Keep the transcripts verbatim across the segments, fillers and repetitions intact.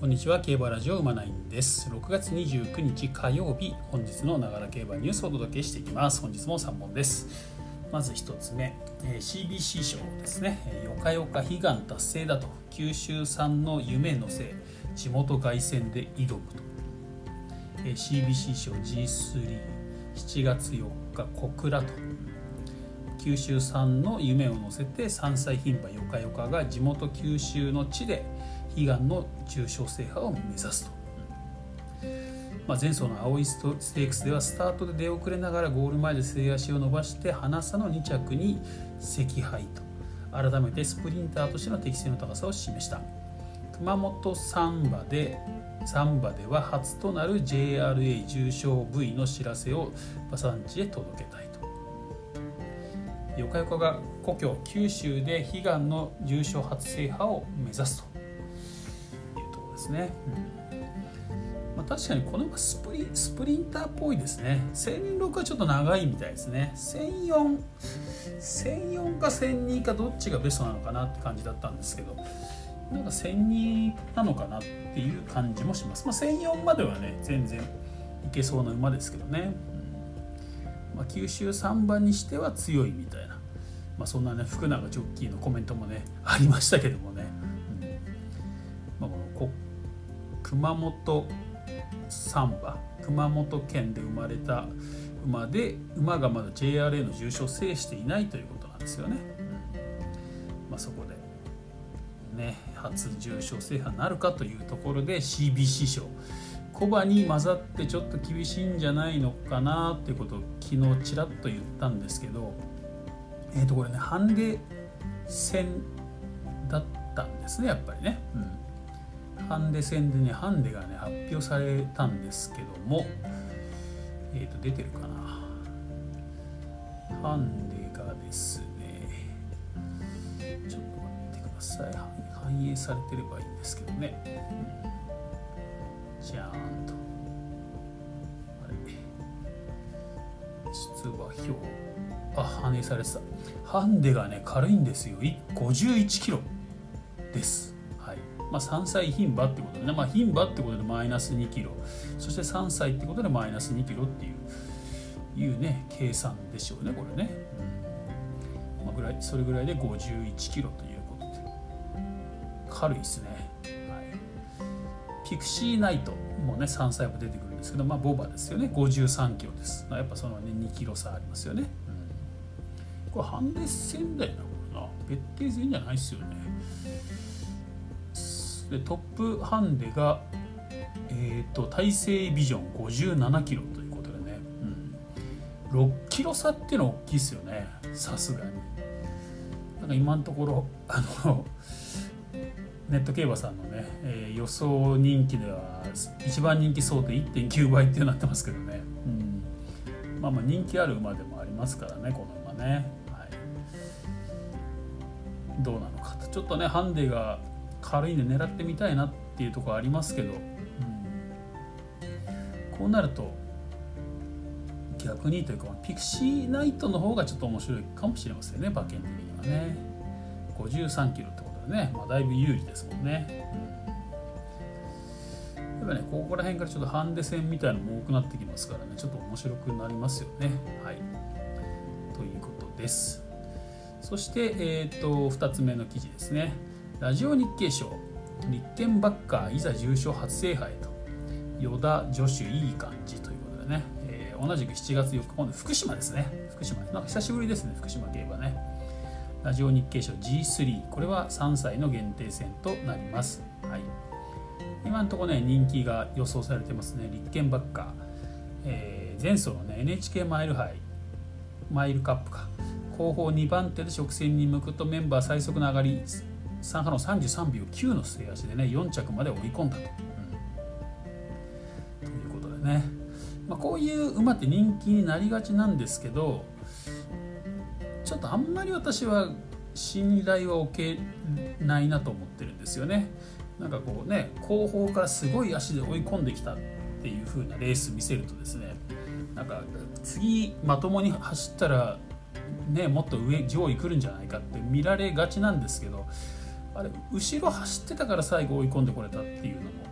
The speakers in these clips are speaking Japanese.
んにちは。競馬ラジオ馬ナインです。ろくがつにじゅうくにち火曜日、本日のながら競馬ニュースをお届けしていきます。本日もさんぼんです。まずひとつめ、 シービーシー 賞ですね。よかよか悲願達成だと、九州産の夢のせい、地元凱旋で挑むと。 シービーシー 賞 ジースリー、しちがつよっか小倉と、九州産の夢を乗せてさんさい牝馬よかよかが地元九州の地で悲願の重賞制覇を目指すと。まあ、前走の青いステークスではスタートで出遅れながらゴール前で末脚を伸ばして花差のにちゃくに惜敗と、改めてスプリンターとしての適性の高さを示した。熊本サンバでサンバでは初となる ジェイアールエー 重賞 V の知らせを馬産地へ届けたいと。よかよかが故郷九州で悲願の重賞初制覇を目指すというところですね。うんまあ、確かにこの馬スプリスプリンターっぽいですね。せんろくはちょっと長いみたいですね。せんよん、せんよんかせんにかどっちがベストなのかなって感じだったんですけど、なんかせんになのかなっていう感じもします。まあ、せんよんまではね全然いけそうな馬ですけどね。うんまあ、九州さんばんにしては強いみたいな、まあ、そんなね福永ジョッキーのコメントもねありましたけどもね。うんまあ、この熊本サンバ、熊本県で生まれた馬で、馬がまだ ジェイアールエー の重賞を制していないということなんですよね。うんまあ、そこでね初重賞制覇なるかというところで シービーシー 賞、小馬に混ざってちょっと厳しいんじゃないのかなっていうことを昨日ちらっと言ったんですけど、えーとこれねハンデ戦だったんですね、やっぱりね。うんハンデ戦でねハンデがね発表されたんですけども、えーと出てるかな。ハンデがですね、ちょっと待ってください。反映されてればいいんですけどね。うん、じゃーんとあれ出馬表、あ反映されてた。ハンデがね軽いんですよ。ごじゅういちキロです。まあ、さんさい牝馬ってことでね、まあ、牝馬ってことでマイナスにキロ、そしてさんさいってことでマイナスにキロっていういうね計算でしょうね、これね。うんまあ、ぐらいそれぐらいでごじゅういちキロということで軽いですね。はい、ピクシーナイトもねさんさいも出てくるんですけど、まあ、ボバですよね。ごじゅうさんキロです。やっぱその、ね、にキロ差ありますよね。うん、これハンデ戦だよな、これな。別定戦じゃないですよね。でトップハンデが、えーと、大西ビジョンごじゅうななキロということでね、うん、ろっキロ差っていうのは大きいですよね、さすがに。なんか今のところあのネット競馬さんのね、えー、予想人気ではいちばん人気想定 いってんきゅうばいってなってますけどね、うん、まあまあ人気ある馬でもありますからね、この馬ね。はい、どうなのかと、ちょっとねハンデが軽いんで狙ってみたいなっていうところありますけど、うん、こうなると逆にというかピクシーナイトの方がちょっと面白いかもしれませんね、馬券的にはね。ごじゅうさんキロってことでね、まあ、だいぶ有利ですもんね。うん、やっぱねここら辺からちょっとハンデ戦みたいなのも多くなってきますからね、ちょっと面白くなりますよね。はい、ということです。そして、えー、とふたつめの記事ですね。ラジオ日経賞、立憲バッカーいざ重賞初制覇へと、与田助手いい感じということでね、えー、同じくしちがつよっか、今度福島ですね。福島なんか久しぶりですね、福島競馬ね。ラジオ日経賞 ジースリー、 これはさんさいの限定戦となります。はい、今のところね人気が予想されてますね。立憲バッカー、えー、前走のね エヌエイチケー マイル杯マイルカップか後方にばん手で直線に向くとメンバー最速の上がりさん波のさんじゅうさんびょうきゅうの末足でねよんちゃくまで追い込んだと、うん、ということでね、まあ、こういう馬って人気になりがちなんですけど、ちょっとあんまり私は信頼は置けないなと思ってるんですよね。なんかこうね後方からすごい足で追い込んできたっていう風なレース見せるとですね、なんか次まともに走ったらねもっと上上位来るんじゃないかって見られがちなんですけど、あれ後ろ走ってたから最後追い込んでこれたっていうのも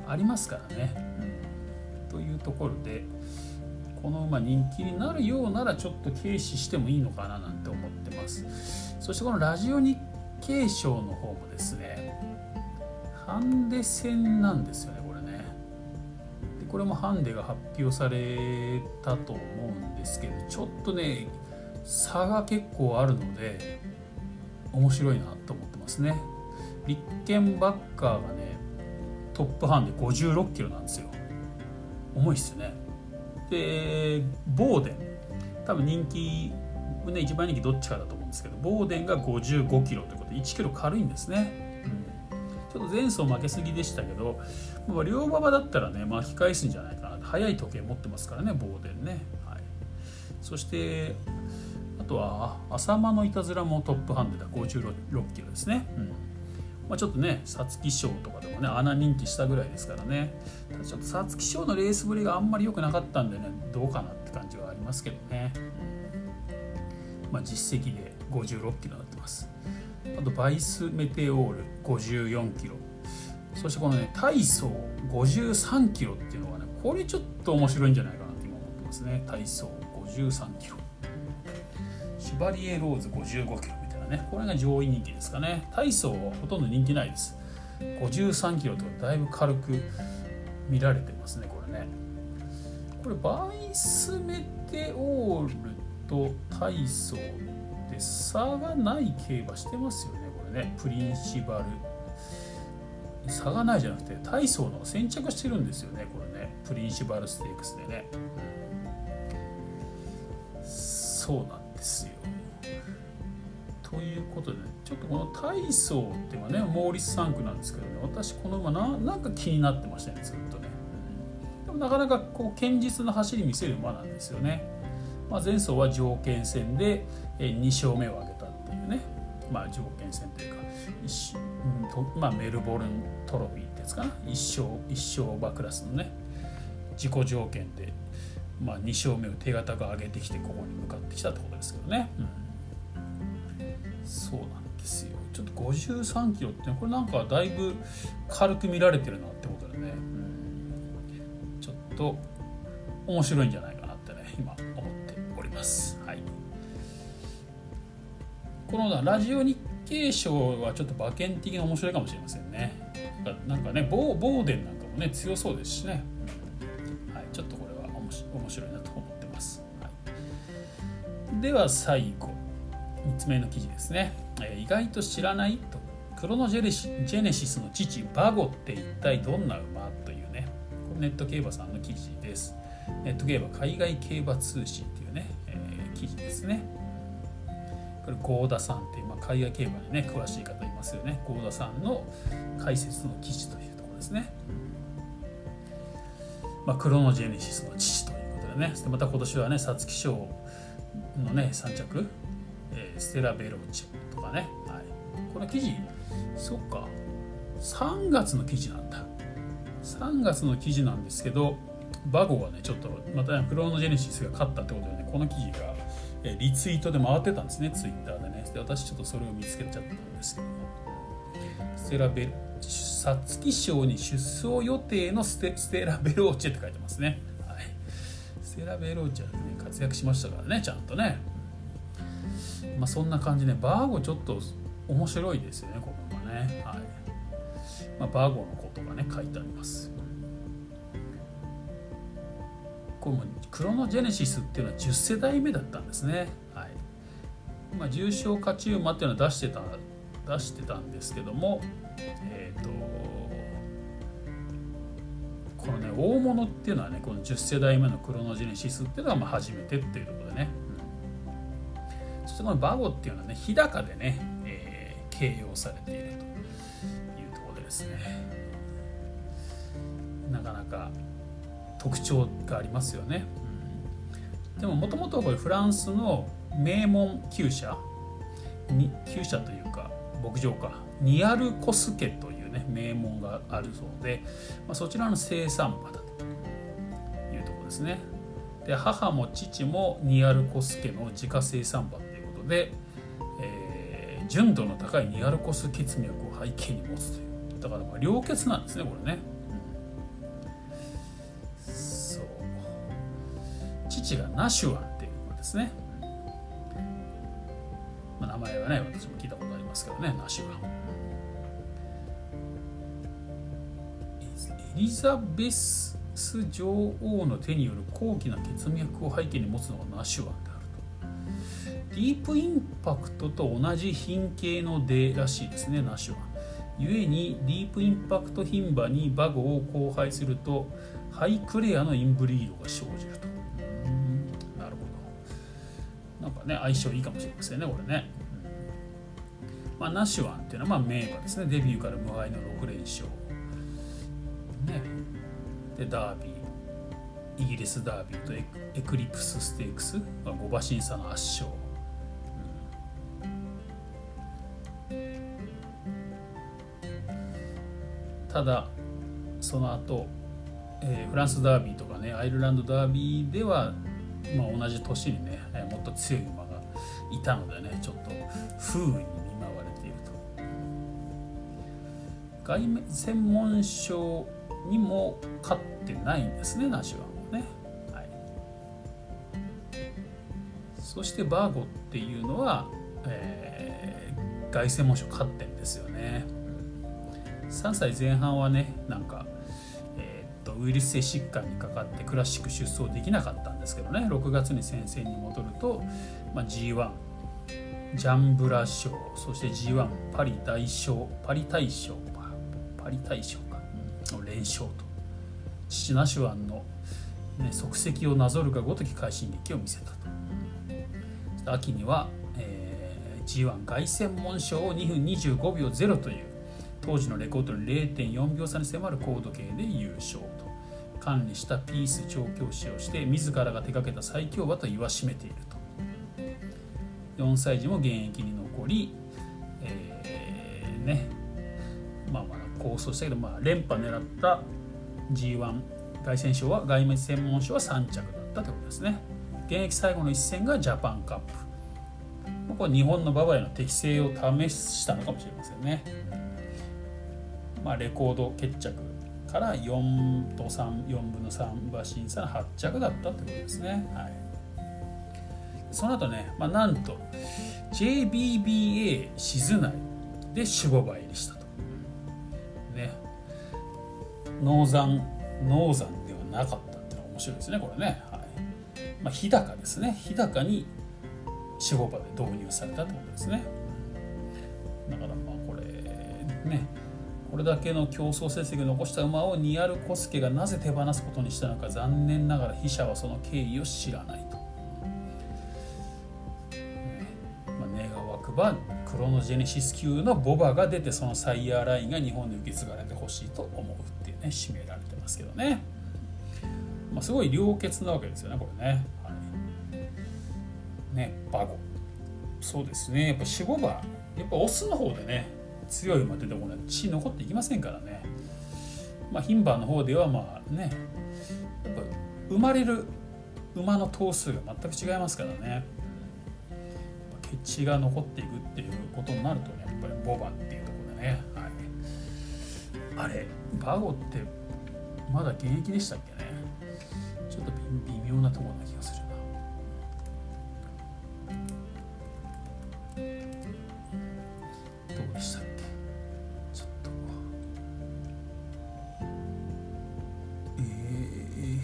ありますからね、うん、というところでこの馬人気になるようならちょっと軽視してもいいのかななんて思ってます。そしてこのラジオ日経賞の方もですねハンデ戦なんですよねこれね。でこれもハンデが発表されたと思うんですけどちょっとね差が結構あるので面白いなと思ってますね。リッケンバッカーがねトップハンデごじゅうろっキロなんですよ。重いっすよね。でボーデン多分人気、ね、一番人気どっちかだと思うんですけどボーデンがごじゅうごキロということでいちキロ軽いんですね、うん、ちょっと前走負けすぎでしたけど、まあ、両馬場だったらね巻き返すんじゃないかな。速い時計持ってますからねボーデンね、はい、そしてあとは浅間のいたずらもトップハンデだごじゅうろっキロですね、うんまあ、ちょっとね皐月賞とかでもね穴人気したぐらいですからね。ただちょっと皐月賞のレースぶりがあんまり良くなかったんでねどうかなって感じはありますけどね、まあ、実績でごじゅうろっキロになってます。あとバイスメテオールごじゅうよんキロそしてこのね大層ごじゅうさんキロっていうのがねこれちょっと面白いんじゃないかなって今思ってますね。大層ごじゅうさんキロシュバリエローズごじゅうごキロね、これが上位人気ですかね。大層はほとんど人気ないです。ごじゅうさんキロとだいぶ軽く見られてますねこれね。これバイスメテオールと大層って差がない競馬してますよねこれね。プリンシバル差がないじゃなくて大層の先着してるんですよねこれね。プリンシバルステークスでね、そうなんですよ。ということで、ね、ちょっとこの大層っていうのはねモーリスさん区なんですけどね私この馬 な, なんか気になってましたねずっとね、うん、でもなかなかこう堅実な走り見せる馬なんですよね。まあ、前走は条件戦でに勝目を挙げたっていうね、まあ、条件戦というか一、うんとまあ、メルボルントロフィーってやつかな一勝一勝馬クラスのね自己条件で、まあ、に勝目を手堅く上げてきてここに向かってきたってことですけどね、うんそうなんですよ。ちょっとごじゅうさんキロってこれなんかだいぶ軽く見られてるなってことでね、うん、ちょっと面白いんじゃないかなってね今思っております、はい、このラジオ日経賞はちょっと馬券的に面白いかもしれませんね。なんかね ボ, ボーデンなんかもね強そうですしね、はい、ちょっとこれは面白いなと思ってます、はい、では最後みっつめの記事ですね、えー、意外と知らないとクロノジェネシジェネシスの父バゴって一体どんな馬というねネット競馬さんの記事です。ネット競馬海外競馬通信っていうね、えー、記事ですね。これ合田さんっていう、まあ、海外競馬にね詳しい方いますよね。合田さんの解説の記事というところですね、まあ、クロノジェネシスの父ということでねでまた今年はね皐月賞のねさん着ステラ・ベローチェとかね、はい、この記事そっかさんがつの記事なんださんがつの記事なんですけどバゴがねちょっとまた、ね、クロノジェネシスが勝ったってことでねこの記事がリツイートで回ってたんですねツイッターでねで私ちょっとそれを見つけちゃったんですけどもステラ・ベロ皐月賞に出走予定のス テ, ステラ・ベローチェって書いてますね、はい、ステラ・ベローチェは、ね、活躍しましたからねちゃんとね。まあ、そんな感じでバーゴちょっと面白いですよねこの馬ね、はいまあ、バーゴのことがね書いてあります。これもクロノジェネシスっていうのはじゅっせだいめだったんですね、はいまあ、重賞勝ち馬っていうのは出してた出してたんですけどもえっ、ー、とこのね大物っていうのはねこのじゅっせだいめのクロノジェネシスっていうのがまあ初めてっていうところでねそしてこのバゴっていうのはね日高でね、えー、形容されているというところでですねなかなか特徴がありますよね、うん、でももともとこれフランスの名門厩舎に厩舎というか牧場かニアルコス家というね名門があるそうで、まあ、そちらの生産馬だというところですね。で母も父もニアルコス家の自家生産馬で、えー、純度の高いニアルコス血脈を背景に持つというだからまあ良血なんですねこれね、 父がナシュワンっていう馬ですね。まあ、名前はね私も聞いたことありますけどね、ナシュワン。エリザベス女王の手による高貴な血脈を背景に持つのがナシュワンであると。ディープインパクトと同じ品系の出らしいですね、ナシュワン。ゆえにディープインパクト牝馬に馬号を交配するとハイクレアのインブリードが生じると。うん、なるほど。なんかね相性いいかもしれませんねこれね。うん、まあ、ナシュワンっていうのはまあ名馬ですね。デビューから無敗のろく連勝。ね、でダービー、イギリスダービーとエク、エクリプスステークスがご馬審査の圧勝。うん、ただその後、えー、フランスダービーとかねアイルランドダービーでは、まあ、同じ年にねもっと強い馬がいたのでねちょっと不運に見舞われていると。外面専門賞にも勝ってないんですね、ナシュワンもね。はい、そしてバーゴっていうのは、えー、凱旋門賞勝ってんですよね。さんさいぜん半はねなんか、えー、っとウイルス性疾患にかかってクラシック出走できなかったんですけどね、ろくがつに戦線に戻ると、まあ、ジーワン ジャンブラ賞、そして ジーワン パリ大賞パリ大賞パリ大賞か連勝と、父ナシュワンの、ね、足跡をなぞるがごとき快進撃を見せたと。秋には、えー、ジーワン 凱旋門賞をにふんにじゅうごびょうゼロという当時のレコードに れいてんよんびょう差に迫る高度計で優勝と。管理したピース調教師をして自らが手掛けた最強馬と言わしめていると。よんさい児も現役に残り、えー、ねまあまあ構想したけど、まあ、連覇狙った ジーワン 凱旋賞は外専門賞はさん着だったということですね。現役最後の一戦がジャパンカップ。これ日本の馬場への適性を試したのかもしれませんね。まあ、レコード決着からよんとさん、よんぶんのさん馬審査のはち着だったということですね。はい、その後ね、まあ、なんと ジェイビービーエー 静内で守護馬入りしたと。ね、ノーザンノーザンではなかったっていうのが面白いですねこれね。はい、まあ、日高ですね。日高に守護馬で導入されたってことですね。だからまあこれねこれだけの競争成績を残した馬をニアルコスケがなぜ手放すことにしたのか、残念ながら筆者はその経緯を知らないと。ね、まあ、願わくばクロノジェネシス級のボバが出てそのサイヤーラインが日本で受け継がれてほしいと思うっていうね締められてますけどね。まあ、すごい良血なわけですよねこれね。はい、ねバゴそうですね。やっぱ守護馬やっぱオスの方でね強い馬出てこないと血残っていきませんからね。まあ牝馬の方ではまあねやっぱ生まれる馬の頭数が全く違いますからね。血が残っていくっていうことになるとねやっぱりボバっていうところでね、はい、あれバゴってまだ現役でしたっけね。ちょっと微妙なところな気がするな。どうでしたっけ。ちょっとえ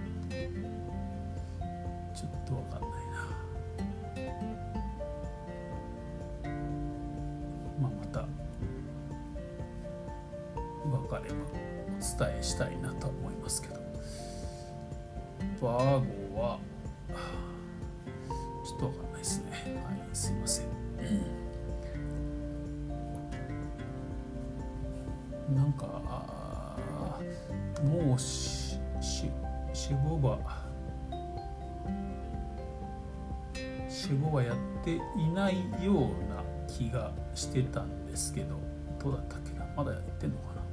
ー、ちょっとわかんないな。まあまた分かればお伝えしたいなと思いますけど、バーゴはちょっと分かんないですね。はい、すいません。なんかもうしし守護馬守護馬やっていないような気がしてたんですけど、どうだったっけな。まだやってんのかな。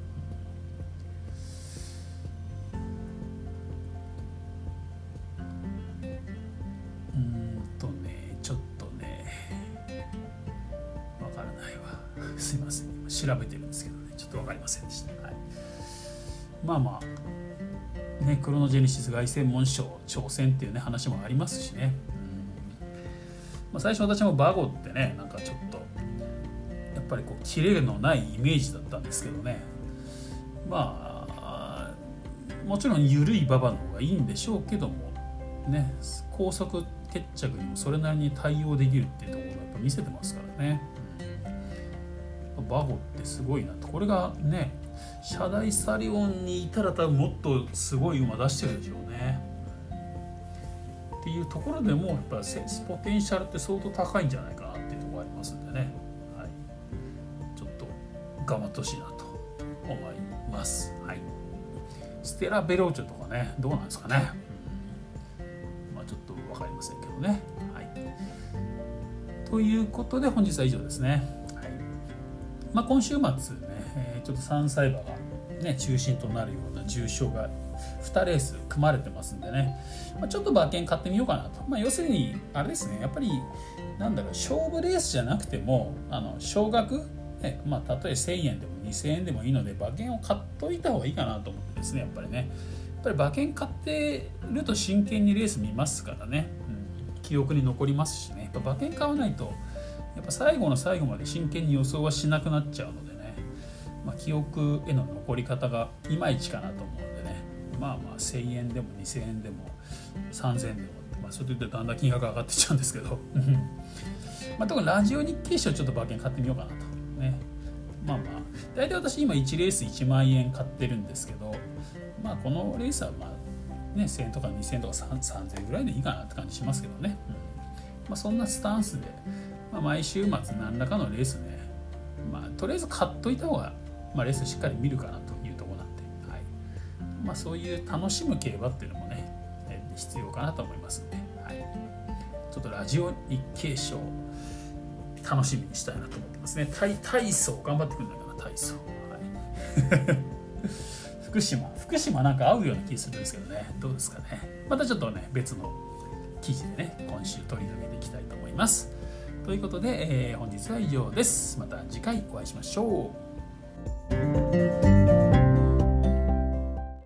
うーんとねちょっとねわからないわすいません。今調べてるんですけどねちょっとわかりませんでした。はい、 まあまあね、クロノジェネシス凱旋門賞挑戦っていうね話もありますしね、うんまあ、最初私もバゴってねなんかちょっとやっぱりこうキレのないイメージだったんですけどね、まあもちろん緩い馬場の方がいいんでしょうけどもね、高速決着にもそれなりに対応できるっていうところをやっぱ見せてますからね、うん、バゴってすごいなと。これがねシャダイサリオンにいたら多分もっとすごい馬出してるでしょうねっていうところでもやっぱりポテンシャルって相当高いんじゃないかなっていうところがありますんでね、はい、ちょっと頑張ってほしいなと思います、はい、ステラベローチョとかねどうなんですかね、うん、まあちょっと分かりませんけどね、はい、ということで本日は以上ですね、はいまあ、今週末ねちょっとさんさい馬が、ね、中心となるような重賞がにレース組まれてますんでね、まあ、ちょっと馬券買ってみようかなと、まあ、要するにあれですねやっぱりなんだろう勝負レースじゃなくてもあの少額、ねまあ、たとえせんえんでもにせんえんでもいいので馬券を買っといた方がいいかなと思ってですねやっぱりねやっぱり馬券買ってると真剣にレース見ますからね、うん、記憶に残りますしねやっぱ馬券買わないとやっぱ最後の最後まで真剣に予想はしなくなっちゃうのでね、まあ、記憶への残り方がいまいちかなと思うのでねまあまあせんえんでもにせんえんでもさんぜんえんでも、まあ、それといってだんだん金額が上がっていっちゃうんですけどまあ特にラジオ日経賞ちょっと馬券買ってみようかなとねまあまあ大体私今いちレースいちまんえん買ってるんですけどまあこのレースはまあねせんえんとかにせんえんとかさんぜんえんぐらいでいいかなって感じしますけどね、うんまあ、そんなスタンスで、まあ、毎週末何らかのレースねまあとりあえず買っといた方がまあ、レースしっかり見るかなというところなんで、はいまあ、そういう楽しむ競馬っていうのもね必要かなと思いますんで、はい、ちょっとラジオ日経賞楽しみにしたいなと思ってますね。 体, 体操頑張ってくるんだから体操、はい、福島福島なんか合うような気するんですけどねどうですかね。またちょっとね別の記事でね今週取り上げていきたいと思います。ということで、えー、本日は以上です。また次回お会いしましょう。